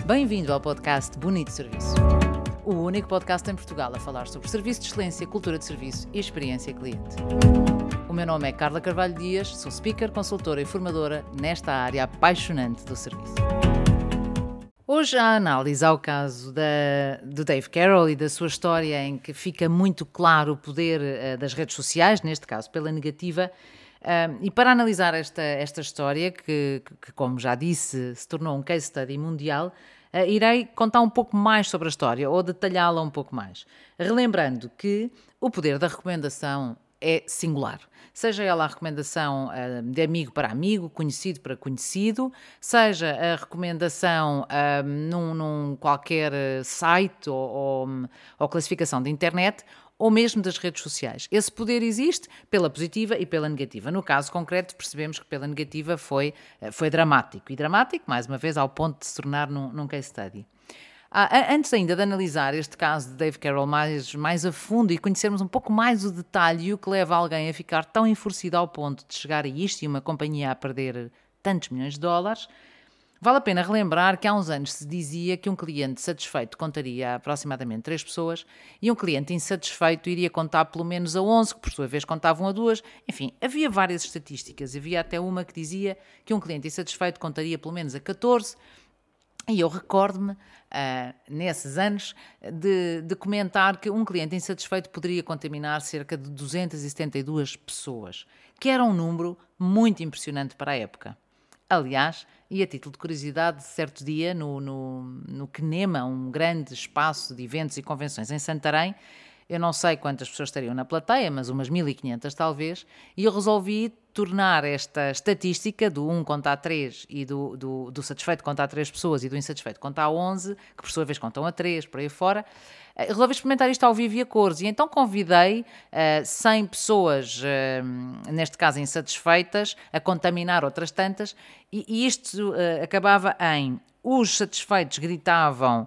Bem-vindo ao podcast Bonito Serviço. O único podcast em Portugal a falar sobre serviço de excelência, cultura de serviço e experiência cliente. O meu nome é Carla Carvalho Dias, sou speaker, consultora e formadora nesta área apaixonante do serviço. Hoje a análise ao caso do Dave Carroll e da sua história, em que fica muito claro o poder das redes sociais, neste caso pela negativa. E para analisar esta história, que, como já disse, se tornou um case study mundial, irei contar um pouco mais sobre a história, ou detalhá-la um pouco mais. Relembrando que o poder da recomendação é singular. Seja ela a recomendação de amigo para amigo, conhecido para conhecido, seja a recomendação num qualquer site ou classificação de internet, ou mesmo das redes sociais. Esse poder existe pela positiva e pela negativa. No caso concreto, percebemos que pela negativa foi dramático. E dramático, mais uma vez, ao ponto de se tornar num case study. Antes ainda de analisar este caso de Dave Carroll mais a fundo e conhecermos um pouco mais o detalhe e o que leva alguém a ficar tão enfurecido ao ponto de chegar a isto e uma companhia a perder tantos milhões de dólares, vale a pena relembrar que há uns anos se dizia que um cliente satisfeito contaria a aproximadamente 3 pessoas e um cliente insatisfeito iria contar pelo menos a 11, que por sua vez contavam a 2. Enfim, havia várias estatísticas. Havia até uma que dizia que um cliente insatisfeito contaria pelo menos a 14. E eu recordo-me, nesses anos, de comentar que um cliente insatisfeito poderia contaminar cerca de 272 pessoas, que era um número muito impressionante para a época. Aliás, e a título de curiosidade, certo dia, no Kinema, um grande espaço de eventos e convenções em Santarém, eu não sei quantas pessoas estariam na plateia, mas umas 1500 talvez, e eu resolvi tornar esta estatística do 1 contar 3 e do satisfeito contar 3 pessoas e do insatisfeito contar 11, que por sua vez contam a 3, por aí fora, resolvi experimentar isto ao vivo e a cores, e então convidei 100 pessoas, neste caso insatisfeitas, a contaminar outras tantas, e isto acabava em... Os satisfeitos gritavam,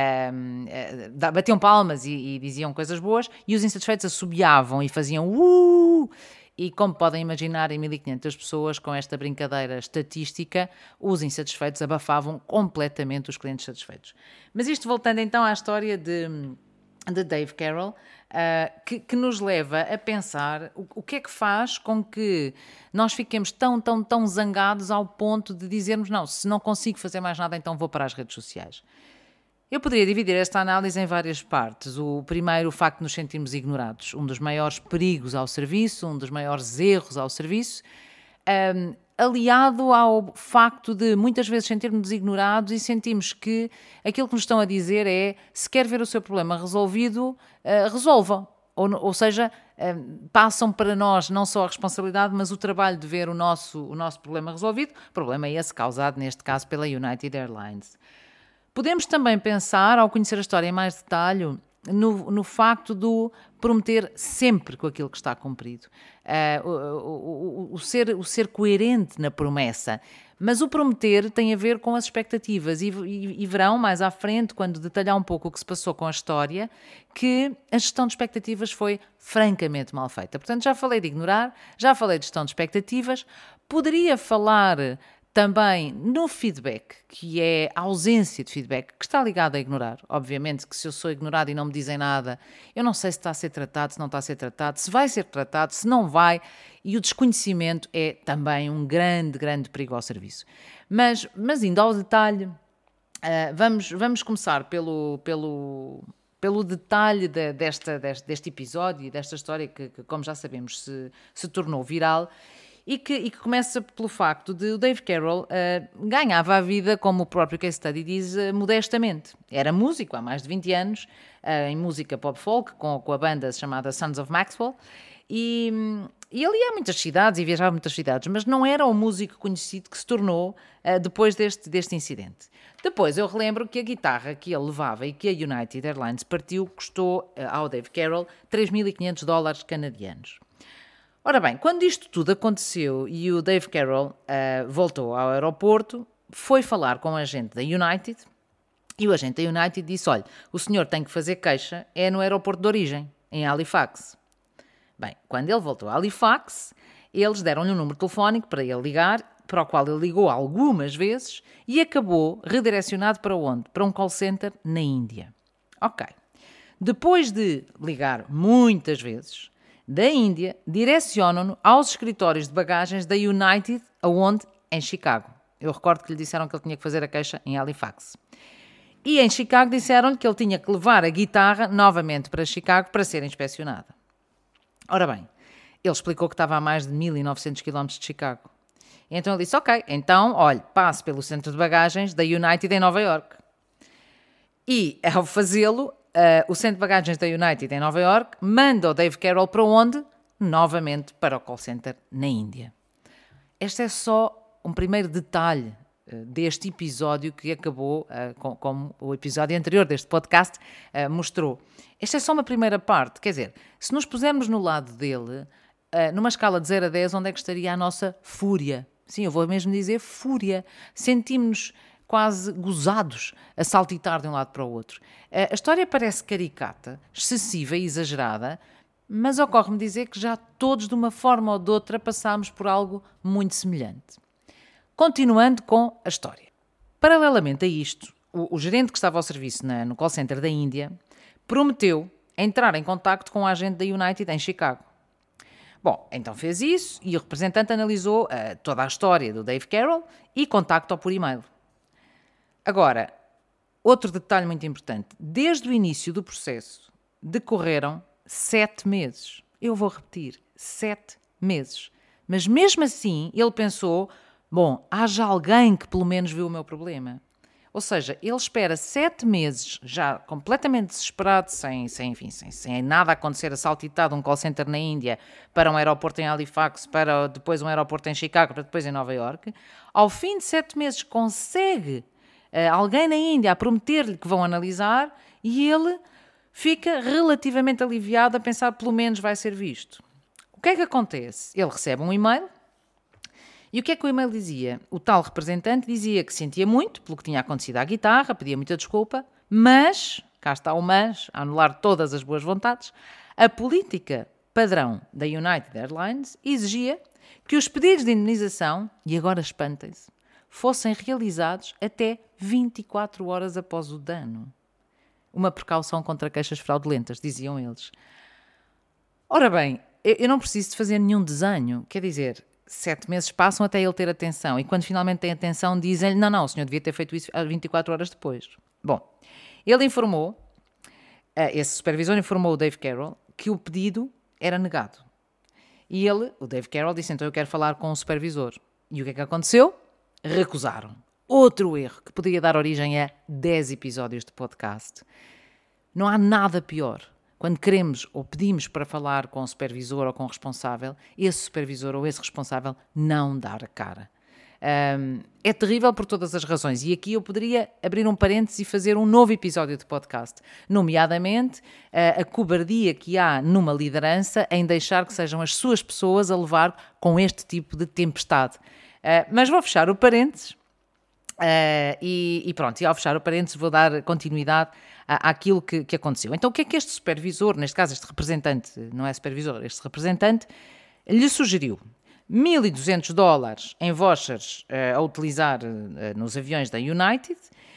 batiam palmas e diziam coisas boas, e os insatisfeitos assobiavam e faziam E como podem imaginar, em 1500 pessoas, com esta brincadeira estatística, os insatisfeitos abafavam completamente os clientes satisfeitos. Mas isto voltando então à história de Dave Carroll, que nos leva a pensar o que é que faz com que nós fiquemos tão zangados ao ponto de dizermos, não, se não consigo fazer mais nada, então vou para as redes sociais. Eu poderia dividir esta análise em várias partes. O primeiro, o facto de nos sentirmos ignorados, um dos maiores perigos ao serviço, um dos maiores erros ao serviço, aliado ao facto de muitas vezes sentirmos ignorados e sentimos que aquilo que nos estão a dizer é, se quer ver o seu problema resolvido, resolva. Ou seja, passam para nós não só a responsabilidade, mas o trabalho de ver o nosso problema resolvido. O problema é esse causado, neste caso, pela United Airlines. Podemos também pensar, ao conhecer a história em mais detalhe, no facto do prometer sempre com aquilo que está cumprido. O ser coerente na promessa. Mas o prometer tem a ver com as expectativas e verão mais à frente, quando detalhar um pouco o que se passou com a história, que a gestão de expectativas foi francamente mal feita. Portanto, já falei de ignorar, já falei de gestão de expectativas, poderia falar também no feedback, que é a ausência de feedback, que está ligado a ignorar. Obviamente que se eu sou ignorado e não me dizem nada, eu não sei se está a ser tratado, se não está a ser tratado, se vai ser tratado, se não vai. E o desconhecimento é também um grande perigo ao serviço. Mas indo ao detalhe, vamos começar pelo detalhe deste episódio e desta história que, como já sabemos, se tornou viral. E que começa pelo facto de o Dave Carroll ganhava a vida, como o próprio case study diz, modestamente. Era músico há mais de 20 anos, em música pop folk, com a banda chamada Sons of Maxwell, e ele ia a muitas cidades e viajava a muitas cidades, mas não era o músico conhecido que se tornou depois deste incidente. Depois eu relembro que a guitarra que ele levava e que a United Airlines partiu custou ao Dave Carroll $3.500 canadianos. Ora bem, quando isto tudo aconteceu e o Dave Carroll voltou ao aeroporto, foi falar com o agente da United e o agente da United disse, olha, o senhor tem que fazer queixa, é no aeroporto de origem, em Halifax. Bem, quando ele voltou a Halifax, eles deram-lhe um número telefónico para ele ligar, para o qual ele ligou algumas vezes e acabou redirecionado para onde? Para um call center na Índia. Ok. Depois de ligar muitas vezes, da Índia, direcionam-no aos escritórios de bagagens da United, aonde? Em Chicago. Eu recordo que lhe disseram que ele tinha que fazer a queixa em Halifax. E em Chicago disseram-lhe que ele tinha que levar a guitarra novamente para Chicago para ser inspecionada. Ora bem, ele explicou que estava a mais de 1.900 km de Chicago. Então ele disse, ok, então, olhe, passe pelo centro de bagagens da United em Nova Iorque. E, ao fazê-lo, o centro de bagagens da United em Nova Iorque manda o Dave Carroll para onde? Novamente para o call center na Índia. Este é só um primeiro detalhe deste episódio que acabou, como o episódio anterior deste podcast mostrou. Esta é só uma primeira parte, quer dizer, se nos pusermos no lado dele, numa escala de 0 a 10, onde é que estaria a nossa fúria? Sim, eu vou mesmo dizer fúria. Sentimos-nos quase gozados a saltitar de um lado para o outro. A história parece caricata, excessiva e exagerada, mas ocorre-me dizer que já todos, de uma forma ou de outra, passámos por algo muito semelhante. Continuando com a história. Paralelamente a isto, o gerente que estava ao serviço no call center da Índia prometeu entrar em contacto com o agente da United em Chicago. Bom, então fez isso e o representante analisou toda a história do Dave Carroll e contactou por e-mail. Agora, outro detalhe muito importante. Desde o início do processo decorreram 7 meses. Eu vou repetir, 7 meses. Mas mesmo assim ele pensou, bom, haja alguém que pelo menos viu o meu problema. Ou seja, ele espera 7 meses, já completamente desesperado, sem nada acontecer, assaltitado um call center na Índia, para um aeroporto em Halifax, para depois um aeroporto em Chicago, para depois em Nova Iorque. Ao fim de 7 meses consegue alguém na Índia a prometer-lhe que vão analisar e ele fica relativamente aliviado a pensar pelo menos vai ser visto. O que é que acontece? Ele recebe um e-mail. E o que é que o e-mail dizia? O tal representante dizia que sentia muito pelo que tinha acontecido à guitarra, pedia muita desculpa, mas, cá está o mas, a anular todas as boas vontades, a política padrão da United Airlines exigia que os pedidos de indemnização, e agora espantem-se, fossem realizados até 24 horas após o dano. Uma precaução contra queixas fraudulentas, diziam eles. Ora bem, eu não preciso de fazer nenhum desenho, quer dizer, 7 meses passam até ele ter atenção e quando finalmente tem atenção dizem-lhe não, o senhor devia ter feito isso 24 horas depois. Bom, ele informou, esse supervisor informou o Dave Carroll que o pedido era negado. E ele, o Dave Carroll, disse então eu quero falar com o supervisor. E o que é que aconteceu? Recusaram. Outro erro que poderia dar origem a 10 episódios de podcast. Não há nada pior. Quando queremos ou pedimos para falar com o supervisor ou com o responsável, esse supervisor ou esse responsável não dar a cara. É terrível por todas as razões. E aqui eu poderia abrir um parênteses e fazer um novo episódio de podcast. Nomeadamente, a cobardia que há numa liderança em deixar que sejam as suas pessoas a levar com este tipo de tempestade. Mas vou fechar o parênteses. E pronto, e ao fechar o parênteses vou dar continuidade àquilo que aconteceu. Então o que é que este supervisor, neste caso este representante, não é supervisor, este representante, lhe sugeriu? $1.200 em vouchers a utilizar nos aviões da United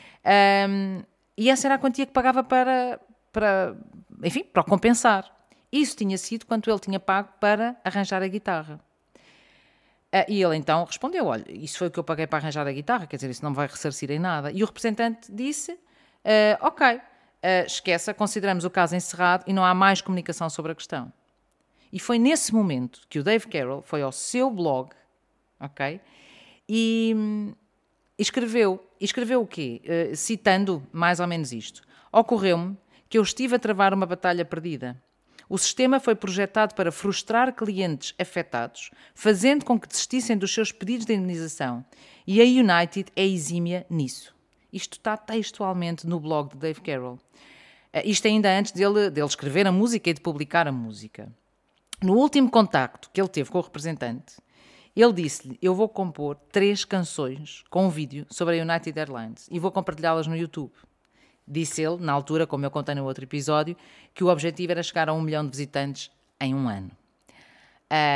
e essa era a quantia que pagava para o compensar. Isso tinha sido quanto ele tinha pago para arranjar a guitarra. E ele então respondeu, olha, isso foi o que eu paguei para arranjar a guitarra, quer dizer, isso não vai ressarcir em nada. E o representante disse, ok, esqueça, consideramos o caso encerrado e não há mais comunicação sobre a questão. E foi nesse momento que o Dave Carroll foi ao seu blog, ok, e escreveu o quê? Citando mais ou menos isto. Ocorreu-me que eu estive a travar uma batalha perdida. O sistema foi projetado para frustrar clientes afetados, fazendo com que desistissem dos seus pedidos de indemnização. E a United é exímia nisso. Isto está textualmente no blog de Dave Carroll. Isto ainda antes dele escrever a música e de publicar a música. No último contacto que ele teve com o representante, ele disse-lhe, eu vou compor 3 canções com um vídeo sobre a United Airlines e vou compartilhá-las no YouTube. Disse ele, na altura, como eu contei no outro episódio, que o objetivo era chegar a 1 milhão de visitantes em um ano.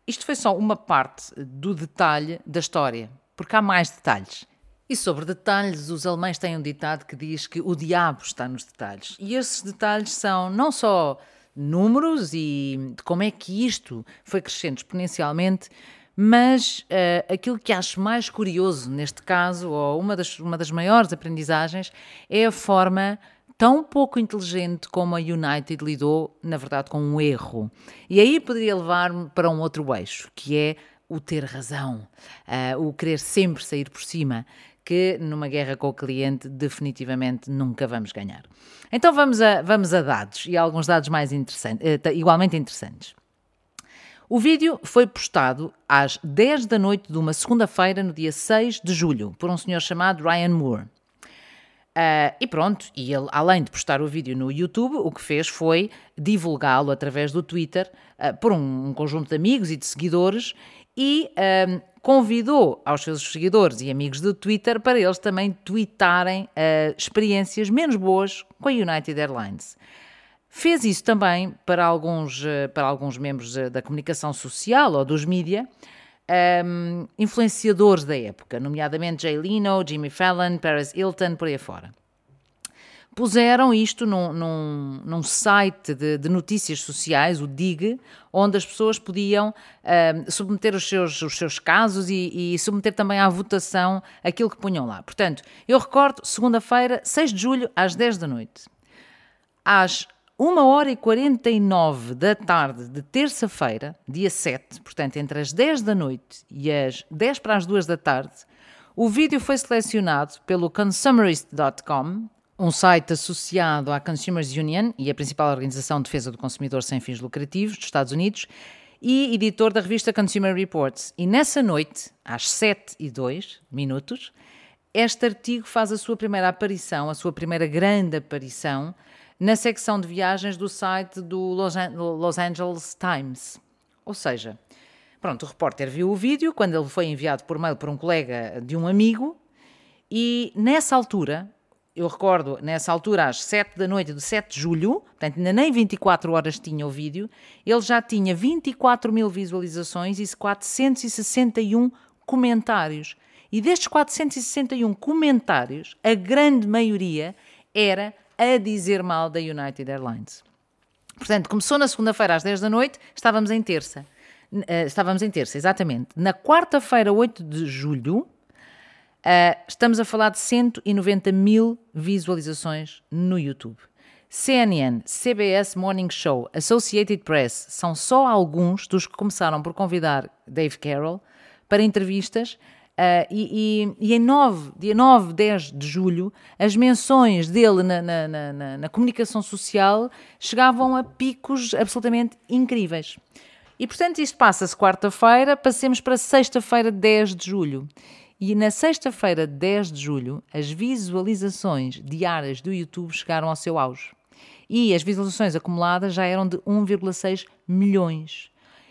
isto foi só uma parte do detalhe da história, porque há mais detalhes. E sobre detalhes, os alemães têm um ditado que diz que o diabo está nos detalhes. E esses detalhes são não só números e de como é que isto foi crescendo exponencialmente, mas aquilo que acho mais curioso neste caso, ou uma das maiores aprendizagens, é a forma tão pouco inteligente como a United lidou, na verdade, com um erro. E aí poderia levar-me para um outro eixo, que é o ter razão, o querer sempre sair por cima, que numa guerra com o cliente definitivamente nunca vamos ganhar. Então vamos a dados, e alguns dados mais igualmente interessantes. O vídeo foi postado às 10 da noite de uma segunda-feira, no dia 6 de julho, por um senhor chamado Ryan Moore. E pronto, e ele, além de postar o vídeo no YouTube, o que fez foi divulgá-lo através do Twitter por um conjunto de amigos e de seguidores e convidou aos seus seguidores e amigos do Twitter para eles também tweetarem experiências menos boas com a United Airlines. Fez isso também para alguns membros da comunicação social ou dos mídia, influenciadores da época, nomeadamente Jay Leno, Jimmy Fallon, Paris Hilton, por aí fora. Puseram isto num site de notícias sociais, o Digg, onde as pessoas podiam submeter os seus casos e submeter também à votação aquilo que punham lá. Portanto, eu recordo, segunda-feira, 6 de julho, às 10 da noite. Às 1h49 da tarde de terça-feira, dia 7, portanto, entre as 10 da noite e as 10 para as 2 da tarde, o vídeo foi selecionado pelo Consumerist.com, um site associado à Consumers Union e a principal organização de defesa do consumidor sem fins lucrativos dos Estados Unidos, e editor da revista Consumer Reports. E nessa noite, às 7h02, este artigo faz a sua primeira aparição, a sua primeira grande aparição, na secção de viagens do site do Los Angeles Times. Ou seja, pronto, o repórter viu o vídeo quando ele foi enviado por mail por um colega de um amigo e nessa altura, eu recordo, às 7 da noite do 7 de julho, portanto ainda nem 24 horas tinha o vídeo, ele já tinha 24 mil visualizações e 461 comentários. E destes 461 comentários, a grande maioria era a dizer mal da United Airlines. Portanto, começou na segunda-feira às 10 da noite, estávamos em terça, exatamente. Na quarta-feira, 8 de julho, estamos a falar de 190 mil visualizações no YouTube. CNN, CBS Morning Show, Associated Press são só alguns dos que começaram por convidar Dave Carroll para entrevistas. E em 9, 10 de julho, as menções dele na comunicação social chegavam a picos absolutamente incríveis. E, portanto, isto passa-se quarta-feira, passemos para sexta-feira, 10 de julho. E na sexta-feira, 10 de julho, as visualizações diárias do YouTube chegaram ao seu auge. E as visualizações acumuladas já eram de 1,6 milhões.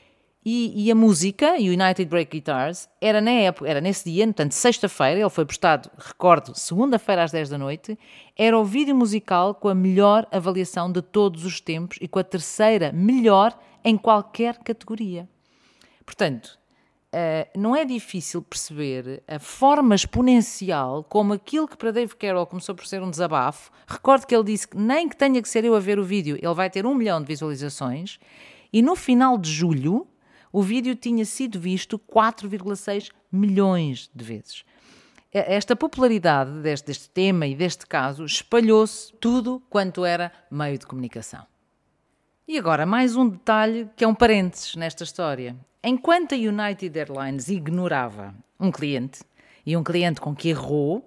E a música, United Break Guitars, era nesse dia, portanto, sexta-feira, ele foi postado, recordo, segunda-feira às 10 da noite, era o vídeo musical com a melhor avaliação de todos os tempos e com a terceira melhor em qualquer categoria. Portanto, não é difícil perceber a forma exponencial como aquilo que para Dave Carroll começou por ser um desabafo. Recordo que ele disse que nem que tenha que ser eu a ver o vídeo, ele vai ter 1 milhão de visualizações, e no final de julho, o vídeo tinha sido visto 4,6 milhões de vezes. Esta popularidade deste tema e deste caso espalhou-se tudo quanto era meio de comunicação. E agora, mais um detalhe que é um parênteses nesta história. Enquanto a United Airlines ignorava um cliente, e um cliente com que errou,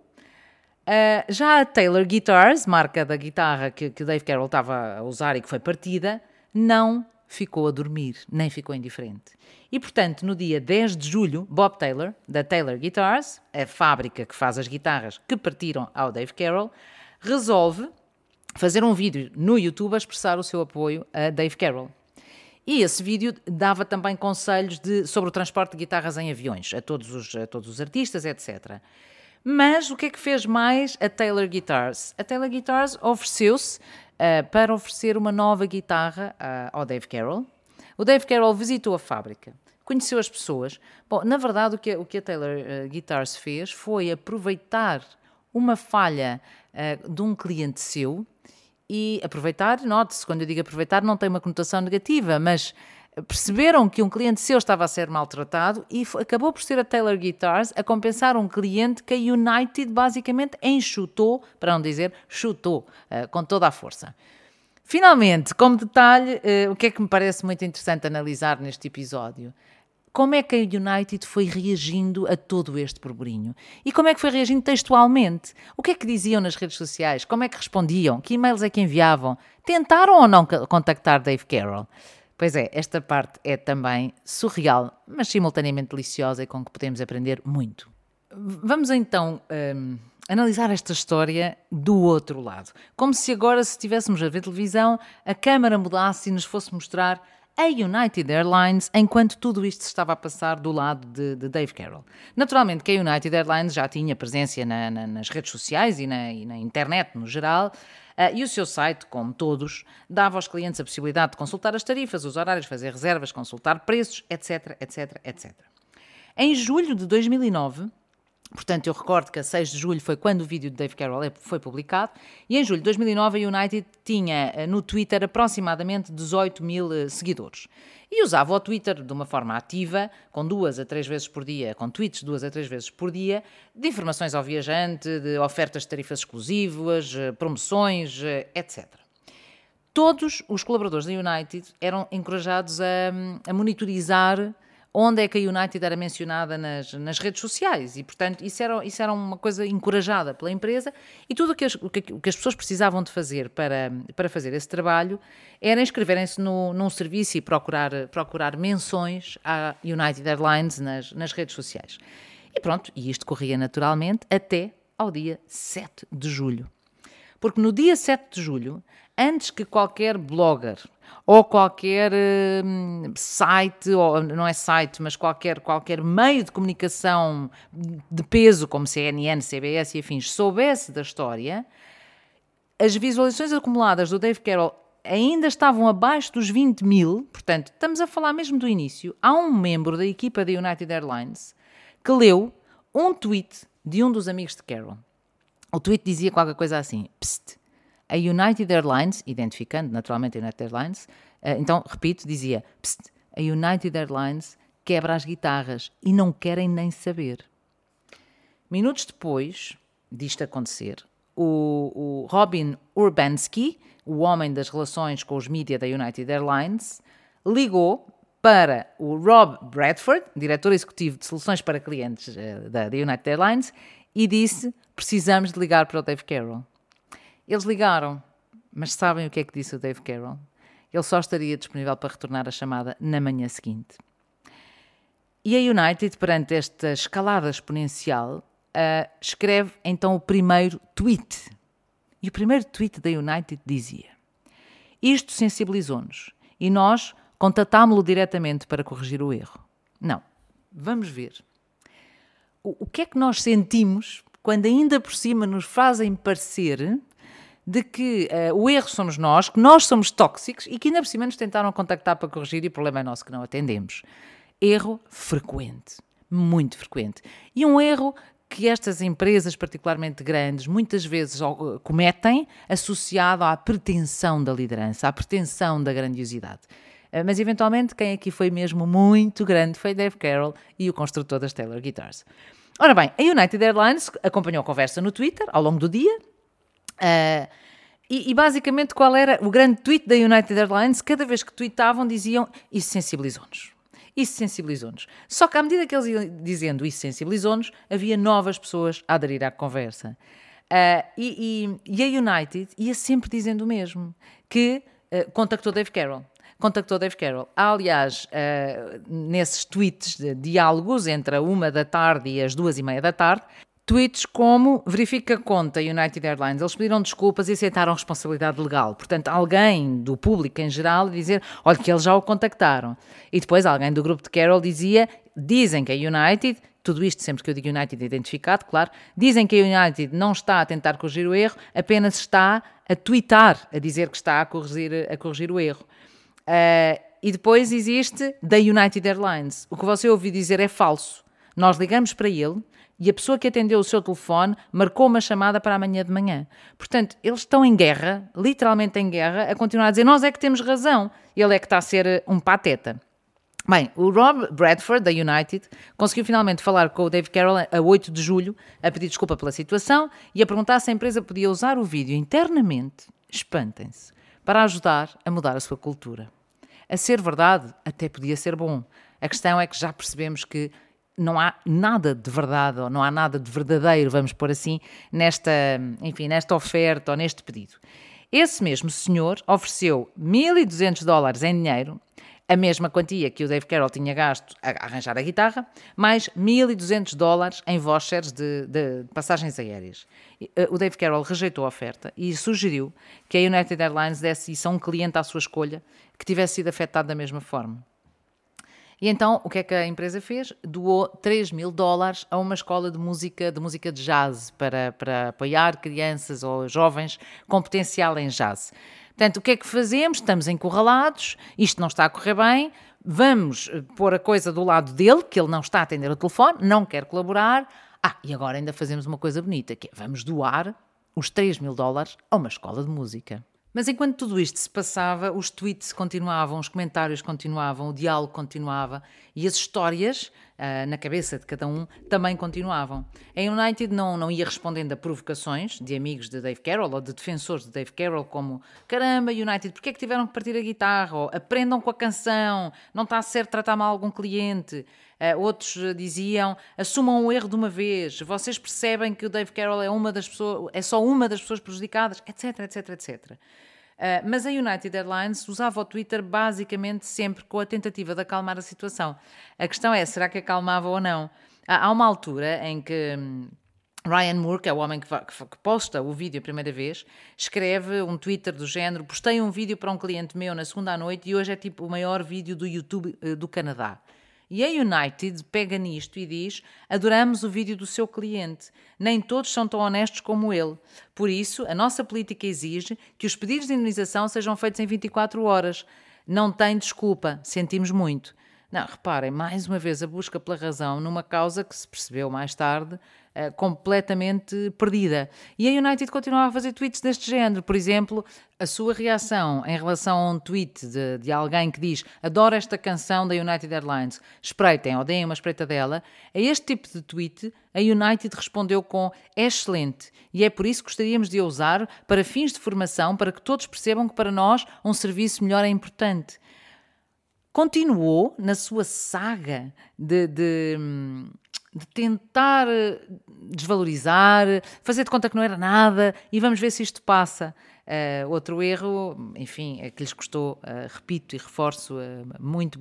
já a Taylor Guitars, marca da guitarra que o Dave Carroll estava a usar e que foi partida, não ficou a dormir, nem ficou indiferente. E, portanto, no dia 10 de julho, Bob Taylor, da Taylor Guitars, a fábrica que faz as guitarras que partiram ao Dave Carroll, resolve fazer um vídeo no YouTube a expressar o seu apoio a Dave Carroll. E esse vídeo dava também conselhos sobre o transporte de guitarras em aviões, a todos os artistas, etc. Mas o que é que fez mais a Taylor Guitars? A Taylor Guitars ofereceu-se para oferecer uma nova guitarra ao Dave Carroll. O Dave Carroll visitou a fábrica, conheceu as pessoas. Bom, na verdade, o que a Taylor Guitars fez foi aproveitar uma falha de um cliente seu e aproveitar, note-se, quando eu digo aproveitar não tem uma conotação negativa, mas perceberam que um cliente seu estava a ser maltratado e acabou por ser a Taylor Guitars a compensar um cliente que a United basicamente enxutou, para não dizer chutou, com toda a força. Finalmente, como detalhe, o que é que me parece muito interessante analisar neste episódio? Como é que a United foi reagindo a todo este burburinho? E como é que foi reagindo textualmente? O que é que diziam nas redes sociais? Como é que respondiam? Que e-mails é que enviavam? Tentaram ou não contactar Dave Carroll? Pois é, esta parte é também surreal, mas simultaneamente deliciosa e com que podemos aprender muito. Vamos então analisar esta história do outro lado. Como se agora, se estivéssemos a ver televisão, a câmara mudasse e nos fosse mostrar a United Airlines enquanto tudo isto se estava a passar do lado de Dave Carroll. Naturalmente que a United Airlines já tinha presença nas redes sociais e na internet no geral, e o seu site, como todos, dava aos clientes a possibilidade de consultar as tarifas, os horários, fazer reservas, consultar preços, etc, etc, etc. Em julho de 2009, portanto, eu recordo que a 6 de julho foi quando o vídeo de Dave Carroll foi publicado, e em julho de 2009 a United tinha no Twitter aproximadamente 18 mil seguidores. E usava o Twitter de uma forma ativa, com 2 a 3 vezes por dia, com tweets 2 a 3 vezes por dia, de informações ao viajante, de ofertas de tarifas exclusivas, promoções, etc. Todos os colaboradores da United eram encorajados a monitorizar onde é que a United era mencionada nas redes sociais e, portanto, isso era uma coisa encorajada pela empresa e tudo o que as pessoas precisavam de fazer para fazer esse trabalho era inscreverem-se num serviço e procurar menções à United Airlines nas redes sociais. E pronto, e isto corria naturalmente até ao dia 7 de julho. Porque no dia 7 de julho, antes que qualquer blogger ou qualquer site, ou não é site, mas qualquer meio de comunicação de peso, como CNN, CBS e afins, soubesse da história, as visualizações acumuladas do Dave Carroll ainda estavam abaixo dos 20 mil, portanto, estamos a falar mesmo do início. Há um membro da equipa da United Airlines que leu um tweet de um dos amigos de Carroll. O tweet dizia qualquer coisa assim: Psst, a United Airlines, identificando naturalmente a United Airlines, então, repito, dizia: Psst, a United Airlines quebra as guitarras e não querem nem saber. Minutos depois disto acontecer, o Robin Urbanski, o homem das relações com os mídia da United Airlines, ligou para o Rob Bradford, diretor executivo de soluções para clientes da United Airlines, e disse: precisamos de ligar para o Dave Carroll. Eles ligaram, mas sabem o que é que disse o Dave Carroll? Ele só estaria disponível para retornar a chamada na manhã seguinte. E a United, perante esta escalada exponencial, escreve então o primeiro tweet. E o primeiro tweet da United dizia: isto sensibilizou-nos e nós contatámo-lo diretamente para corrigir o erro. Não, vamos ver. O que é que nós sentimos quando ainda por cima nos fazem parecer de que o erro somos nós, que nós somos tóxicos e que ainda por cima nos tentaram contactar para corrigir e o problema é nosso que não atendemos. Erro frequente, muito frequente. E um erro que estas empresas particularmente grandes muitas vezes cometem associado à pretensão da liderança, à pretensão da grandiosidade. Mas eventualmente quem aqui foi mesmo muito grande foi Dave Carroll e o construtor das Taylor Guitars. Ora bem, a United Airlines acompanhou a conversa no Twitter ao longo do dia. E basicamente qual era o grande tweet da United Airlines? Cada vez que tweetavam diziam: isso sensibilizou-nos. Isso sensibilizou-nos. Só que à medida que eles iam dizendo isso sensibilizou-nos, havia novas pessoas a aderir à conversa. E a United ia sempre dizendo o mesmo, que contactou Dave Carroll. Há, aliás, nesses tweets de diálogos entre a 1 da tarde e as 2:30 da tarde, tweets como: verifica a conta United Airlines, eles pediram desculpas e aceitaram responsabilidade legal. Portanto, alguém do público em geral dizer: olha que eles já o contactaram. E depois alguém do grupo de Carroll dizem que a United, tudo isto sempre que eu digo United identificado, claro, dizem que a United não está a tentar corrigir o erro, apenas está a tweetar, a dizer que está a corrigir o erro. E depois existe da United Airlines. O que você ouviu dizer é falso. Nós ligamos para ele e a pessoa que atendeu o seu telefone marcou uma chamada para amanhã de manhã. Portanto, eles estão em guerra, literalmente em guerra, a continuar a dizer nós é que temos razão. Ele é que está a ser um pateta. Bem, o Rob Bradford, da United, conseguiu finalmente falar com o Dave Carroll a 8 de julho, a pedir desculpa pela situação e a perguntar se a empresa podia usar o vídeo internamente, espantem-se, para ajudar a mudar a sua cultura. A ser verdade, até podia ser bom. A questão é que já percebemos que não há nada de verdade, ou não há nada de verdadeiro, vamos pôr assim, nesta oferta ou neste pedido. Esse mesmo senhor ofereceu $1.200 em dinheiro, a mesma quantia que o Dave Carroll tinha gasto a arranjar a guitarra, mais $1.200 em vouchers de passagens aéreas. O Dave Carroll rejeitou a oferta e sugeriu que a United Airlines desse isso a um cliente à sua escolha que tivesse sido afetado da mesma forma. E então, o que é que a empresa fez? Doou $3.000 a uma escola de música de jazz para apoiar crianças ou jovens com potencial em jazz. Portanto, o que é que fazemos? Estamos encurralados, isto não está a correr bem, vamos pôr a coisa do lado dele, que ele não está a atender o telefone, não quer colaborar. E agora ainda fazemos uma coisa bonita, que é vamos doar os $3.000 a uma escola de música. Mas enquanto tudo isto se passava, os tweets continuavam, os comentários continuavam, o diálogo continuava e as histórias na cabeça de cada um também continuavam. A United não ia respondendo a provocações de amigos de Dave Carroll ou de defensores de Dave Carroll como caramba, United, porque é que tiveram que partir a guitarra? Ou aprendam com a canção, não está certo tratar mal algum cliente. Outros diziam, assumam o erro de uma vez, vocês percebem que o Dave Carroll é só uma das pessoas prejudicadas, etc, etc, etc. Mas a United Airlines usava o Twitter basicamente sempre com a tentativa de acalmar a situação. A questão é, será que acalmava ou não? Há uma altura em que Ryan Moore, que é o homem que posta o vídeo a primeira vez, escreve um Twitter do género, postei um vídeo para um cliente meu na segunda à noite e hoje é tipo o maior vídeo do YouTube do Canadá. E a United pega nisto e diz, adoramos o vídeo do seu cliente, nem todos são tão honestos como ele. Por isso, a nossa política exige que os pedidos de indemnização sejam feitos em 24 horas. Não tem desculpa, sentimos muito. Não, reparem, mais uma vez a busca pela razão numa causa que se percebeu mais tarde completamente perdida. E a United continuava a fazer tweets deste género. Por exemplo, a sua reação em relação a um tweet de alguém que diz adoro esta canção da United Airlines, espreitem ou deem uma espreitadela. A este tipo de tweet, a United respondeu com é excelente e é por isso que gostaríamos de a usar para fins de formação, para que todos percebam que para nós um serviço melhor é importante. Continuou na sua saga de tentar desvalorizar, fazer de conta que não era nada e vamos ver se isto passa. Outro erro, enfim, é que lhes custou, repito e reforço, muito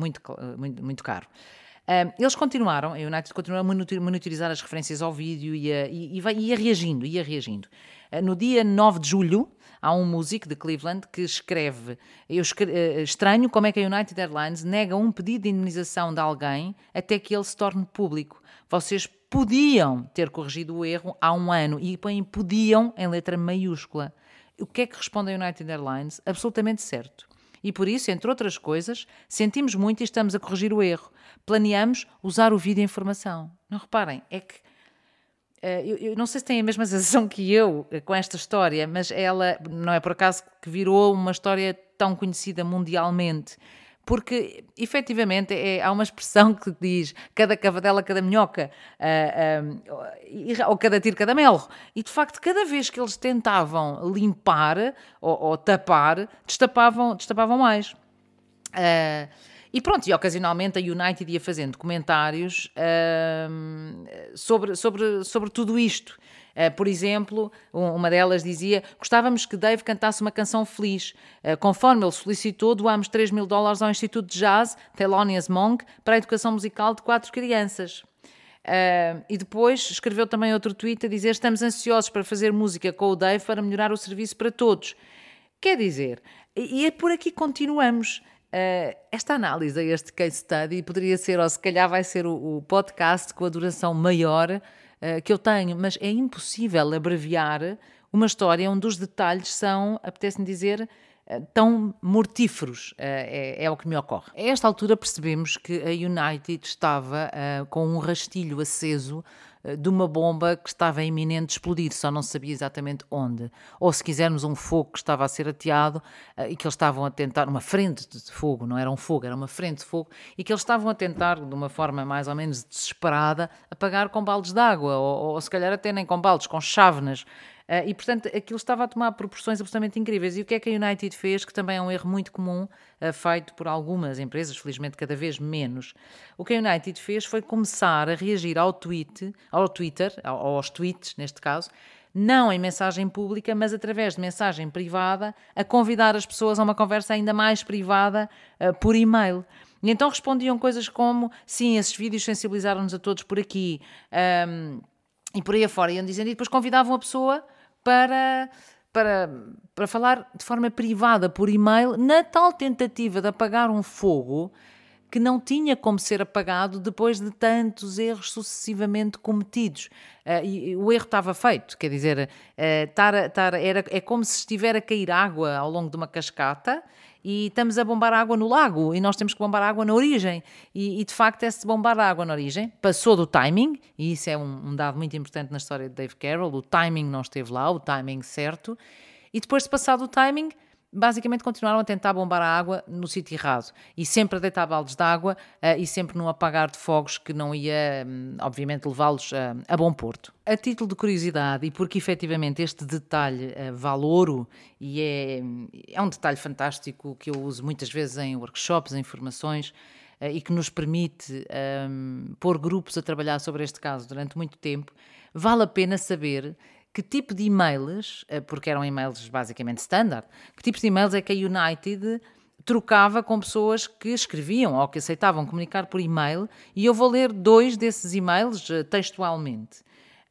caro. Eles continuaram, a United continuou a monitorizar as referências ao vídeo e ia reagindo. No dia 9 de julho, há um músico de Cleveland que escreve estranho como é que a United Airlines nega um pedido de indemnização de alguém até que ele se torne público. Vocês podiam ter corrigido o erro há um ano e põem podiam em letra maiúscula. O que é que responde a United Airlines? Absolutamente certo. E por isso, entre outras coisas, sentimos muito e estamos a corrigir o erro. Planeamos usar o vídeo em formação. Não reparem, é que eu não sei se têm a mesma sensação que eu com esta história, mas ela não é por acaso que virou uma história tão conhecida mundialmente, porque efetivamente há uma expressão que diz cada cavadela, cada minhoca, ou cada tiro, cada melro, e de facto cada vez que eles tentavam limpar ou tapar, destapavam mais. E pronto, e ocasionalmente a United ia fazendo comentários sobre tudo isto. Por exemplo, uma delas dizia gostávamos que Dave cantasse uma canção feliz. Conforme ele solicitou, doámos $3.000 ao Instituto de Jazz Thelonious Monk para a educação musical de 4 crianças. E depois escreveu também outro tweet a dizer estamos ansiosos para fazer música com o Dave para melhorar o serviço para todos. Quer dizer, e é por aqui continuamos. Esta análise, este case study, poderia ser, ou se calhar vai ser o podcast com a duração maior que eu tenho, mas é impossível abreviar uma história onde os detalhes são, apetece-me dizer, tão mortíferos, é o que me ocorre. A esta altura percebemos que a United estava com um rastilho aceso de uma bomba que estava iminente de explodir, só não sabia exatamente onde. Ou se quisermos um fogo que estava a ser ateado e que eles estavam a tentar, uma frente de fogo, não era um fogo, era uma frente de fogo, e que eles estavam a tentar, de uma forma mais ou menos desesperada, apagar com baldes de água, ou se calhar até nem com baldes, com chávenas. E, portanto, aquilo estava a tomar proporções absolutamente incríveis. E o que é que a United fez, que também é um erro muito comum, feito por algumas empresas, felizmente cada vez menos. O que a United fez foi começar a reagir ao Twitter, aos tweets, neste caso, não em mensagem pública, mas através de mensagem privada, a convidar as pessoas a uma conversa ainda mais privada por e-mail. E então respondiam coisas como: sim, esses vídeos sensibilizaram-nos a todos por aqui, e por aí afora, iam dizendo, e depois convidavam a pessoa para falar de forma privada por e-mail, na tal tentativa de apagar um fogo que não tinha como ser apagado depois de tantos erros sucessivamente cometidos. E o erro estava feito, quer dizer, é como se estiver a cair água ao longo de uma cascata e estamos a bombar água no lago e nós temos que bombar água na origem. E de facto, esse bombar água na origem passou do timing, e isso é um dado muito importante na história de Dave Carroll, o timing não esteve lá, o timing certo, e depois de passar do timing, basicamente continuaram a tentar bombar a água no sítio errado e sempre a deitar baldes de água e sempre num apagar de fogos que não ia, obviamente, levá-los a bom porto. A título de curiosidade, e porque efetivamente este detalhe vale ouro e é um detalhe fantástico que eu uso muitas vezes em workshops, em formações, e que nos permite pôr grupos a trabalhar sobre este caso durante muito tempo, vale a pena saber que tipo de e-mails, porque eram e-mails basicamente standard, que tipos de e-mails é que a United trocava com pessoas que escreviam ou que aceitavam comunicar por e-mail, e eu vou ler 2 desses e-mails textualmente.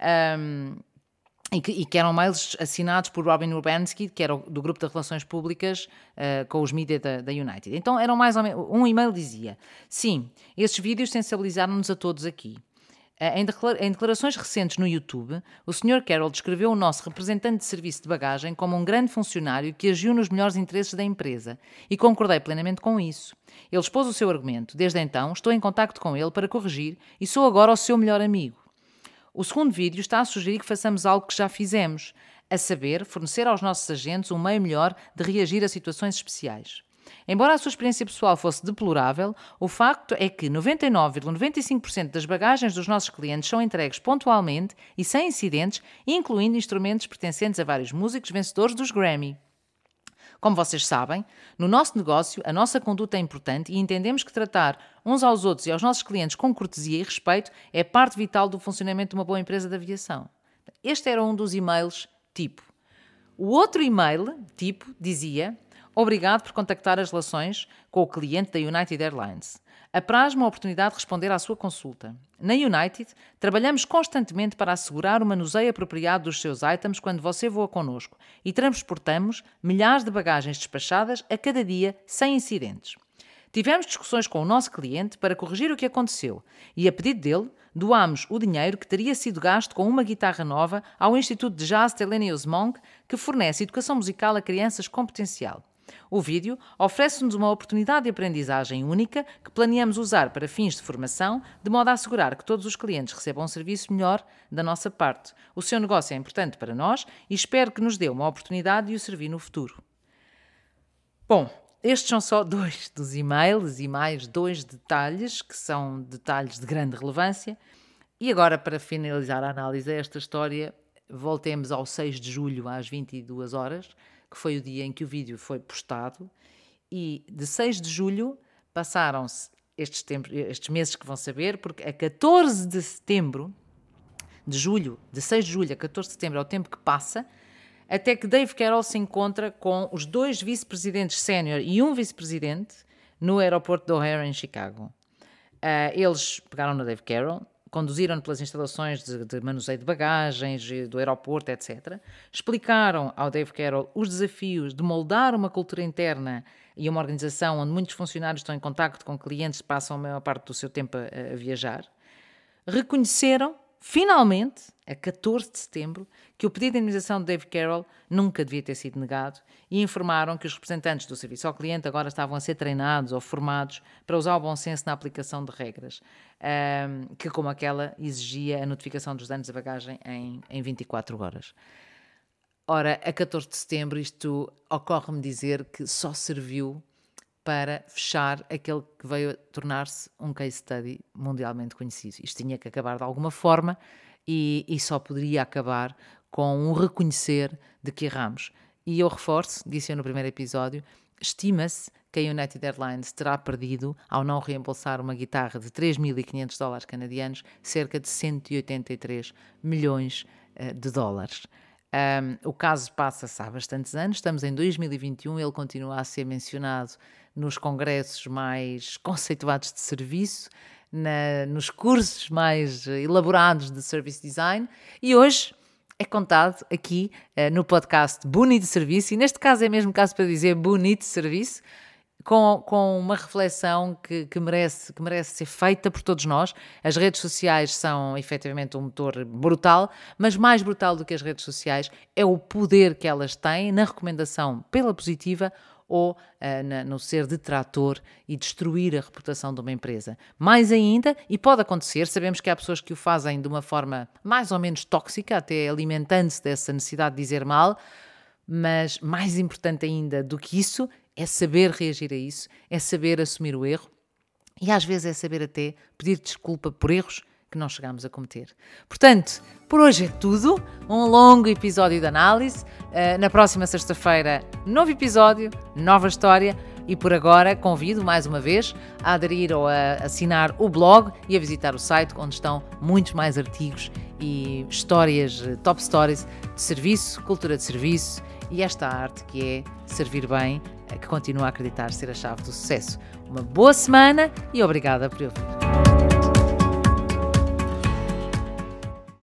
E que eram e-mails assinados por Robin Urbanski, que era do grupo de relações públicas com os mídia da United. Então eram mais ou menos, um e-mail dizia: sim, esses vídeos sensibilizaram-nos a todos aqui. Em declarações recentes no YouTube, o Sr. Carroll descreveu o nosso representante de serviço de bagagem como um grande funcionário que agiu nos melhores interesses da empresa, e concordei plenamente com isso. Ele expôs o seu argumento. Desde então, estou em contacto com ele para corrigir e sou agora o seu melhor amigo. O segundo vídeo está a sugerir que façamos algo que já fizemos, a saber, fornecer aos nossos agentes um meio melhor de reagir a situações especiais. Embora a sua experiência pessoal fosse deplorável, o facto é que 99,95% das bagagens dos nossos clientes são entregues pontualmente e sem incidentes, incluindo instrumentos pertencentes a vários músicos vencedores dos Grammy. Como vocês sabem, no nosso negócio a nossa conduta é importante e entendemos que tratar uns aos outros e aos nossos clientes com cortesia e respeito é parte vital do funcionamento de uma boa empresa de aviação. Este era um dos e-mails tipo. O outro e-mail tipo dizia: obrigado por contactar as relações com o cliente da United Airlines. Apraz-me a oportunidade de responder à sua consulta. Na United, trabalhamos constantemente para assegurar o manuseio apropriado dos seus items quando você voa connosco e transportamos milhares de bagagens despachadas a cada dia sem incidentes. Tivemos discussões com o nosso cliente para corrigir o que aconteceu e, a pedido dele, doámos o dinheiro que teria sido gasto com uma guitarra nova ao Instituto de Jazz Thelonious Monk, que fornece educação musical a crianças com potencial. O vídeo oferece-nos uma oportunidade de aprendizagem única que planeamos usar para fins de formação, de modo a assegurar que todos os clientes recebam um serviço melhor da nossa parte. O seu negócio é importante para nós e espero que nos dê uma oportunidade de o servir no futuro. Bom, estes são só 2 dos e-mails e mais 2 detalhes, que são detalhes de grande relevância. E agora, para finalizar a análise a esta história, voltemos ao 6 de julho às 22 horas, que foi o dia em que o vídeo foi postado, e de 6 de julho passaram-se estes meses que vão saber, porque a 14 de setembro, de 6 de julho a 14 de setembro é o tempo que passa, até que Dave Carroll se encontra com os 2 vice-presidentes sénior e um vice-presidente no aeroporto de O'Hare, em Chicago. Eles pegaram no Dave Carroll, conduziram-no pelas instalações de manuseio de bagagens, do aeroporto, etc. Explicaram ao Dave Carroll os desafios de moldar uma cultura interna e uma organização onde muitos funcionários estão em contacto com clientes e passam a maior parte do seu tempo a viajar. Reconheceram finalmente, a 14 de setembro, que o pedido de indemnização de Dave Carroll nunca devia ter sido negado e informaram que os representantes do serviço ao cliente agora estavam a ser treinados ou formados para usar o bom senso na aplicação de regras, que como aquela exigia a notificação dos danos da bagagem em 24 horas. Ora, a 14 de setembro isto ocorre-me dizer que só serviu para fechar aquele que veio a tornar-se um case study mundialmente conhecido. Isto tinha que acabar de alguma forma e só poderia acabar com um reconhecer de que erramos. E eu reforço, disse eu no primeiro episódio, estima-se que a United Airlines terá perdido, ao não reembolsar uma guitarra de $3.500 canadianos, cerca de 183 milhões de dólares. O caso passa-se há bastantes anos, estamos em 2021, ele continua a ser mencionado nos congressos mais conceituados de serviço, nos cursos mais elaborados de service design, e hoje é contado aqui no podcast Bonito Serviço, e neste caso é mesmo caso para dizer Bonito Serviço, com uma reflexão que merece ser feita por todos nós. As redes sociais são efetivamente um motor brutal, mas mais brutal do que as redes sociais é o poder que elas têm na recomendação pela positiva ou no ser detrator e destruir a reputação de uma empresa. Mais ainda, e pode acontecer, sabemos que há pessoas que o fazem de uma forma mais ou menos tóxica, até alimentando-se dessa necessidade de dizer mal, mas mais importante ainda do que isso é saber reagir a isso, é saber assumir o erro e às vezes é saber até pedir desculpa por erros que não chegámos a cometer. Portanto, por hoje é tudo. Um longo episódio de análise. Na próxima sexta-feira, novo episódio, nova história. E por agora, convido mais uma vez a aderir ou a assinar o blog e a visitar o site, onde estão muitos mais artigos e histórias, top stories de serviço, cultura de serviço e esta arte que é servir bem, que continuo a acreditar ser a chave do sucesso. Uma boa semana e obrigada por ouvir.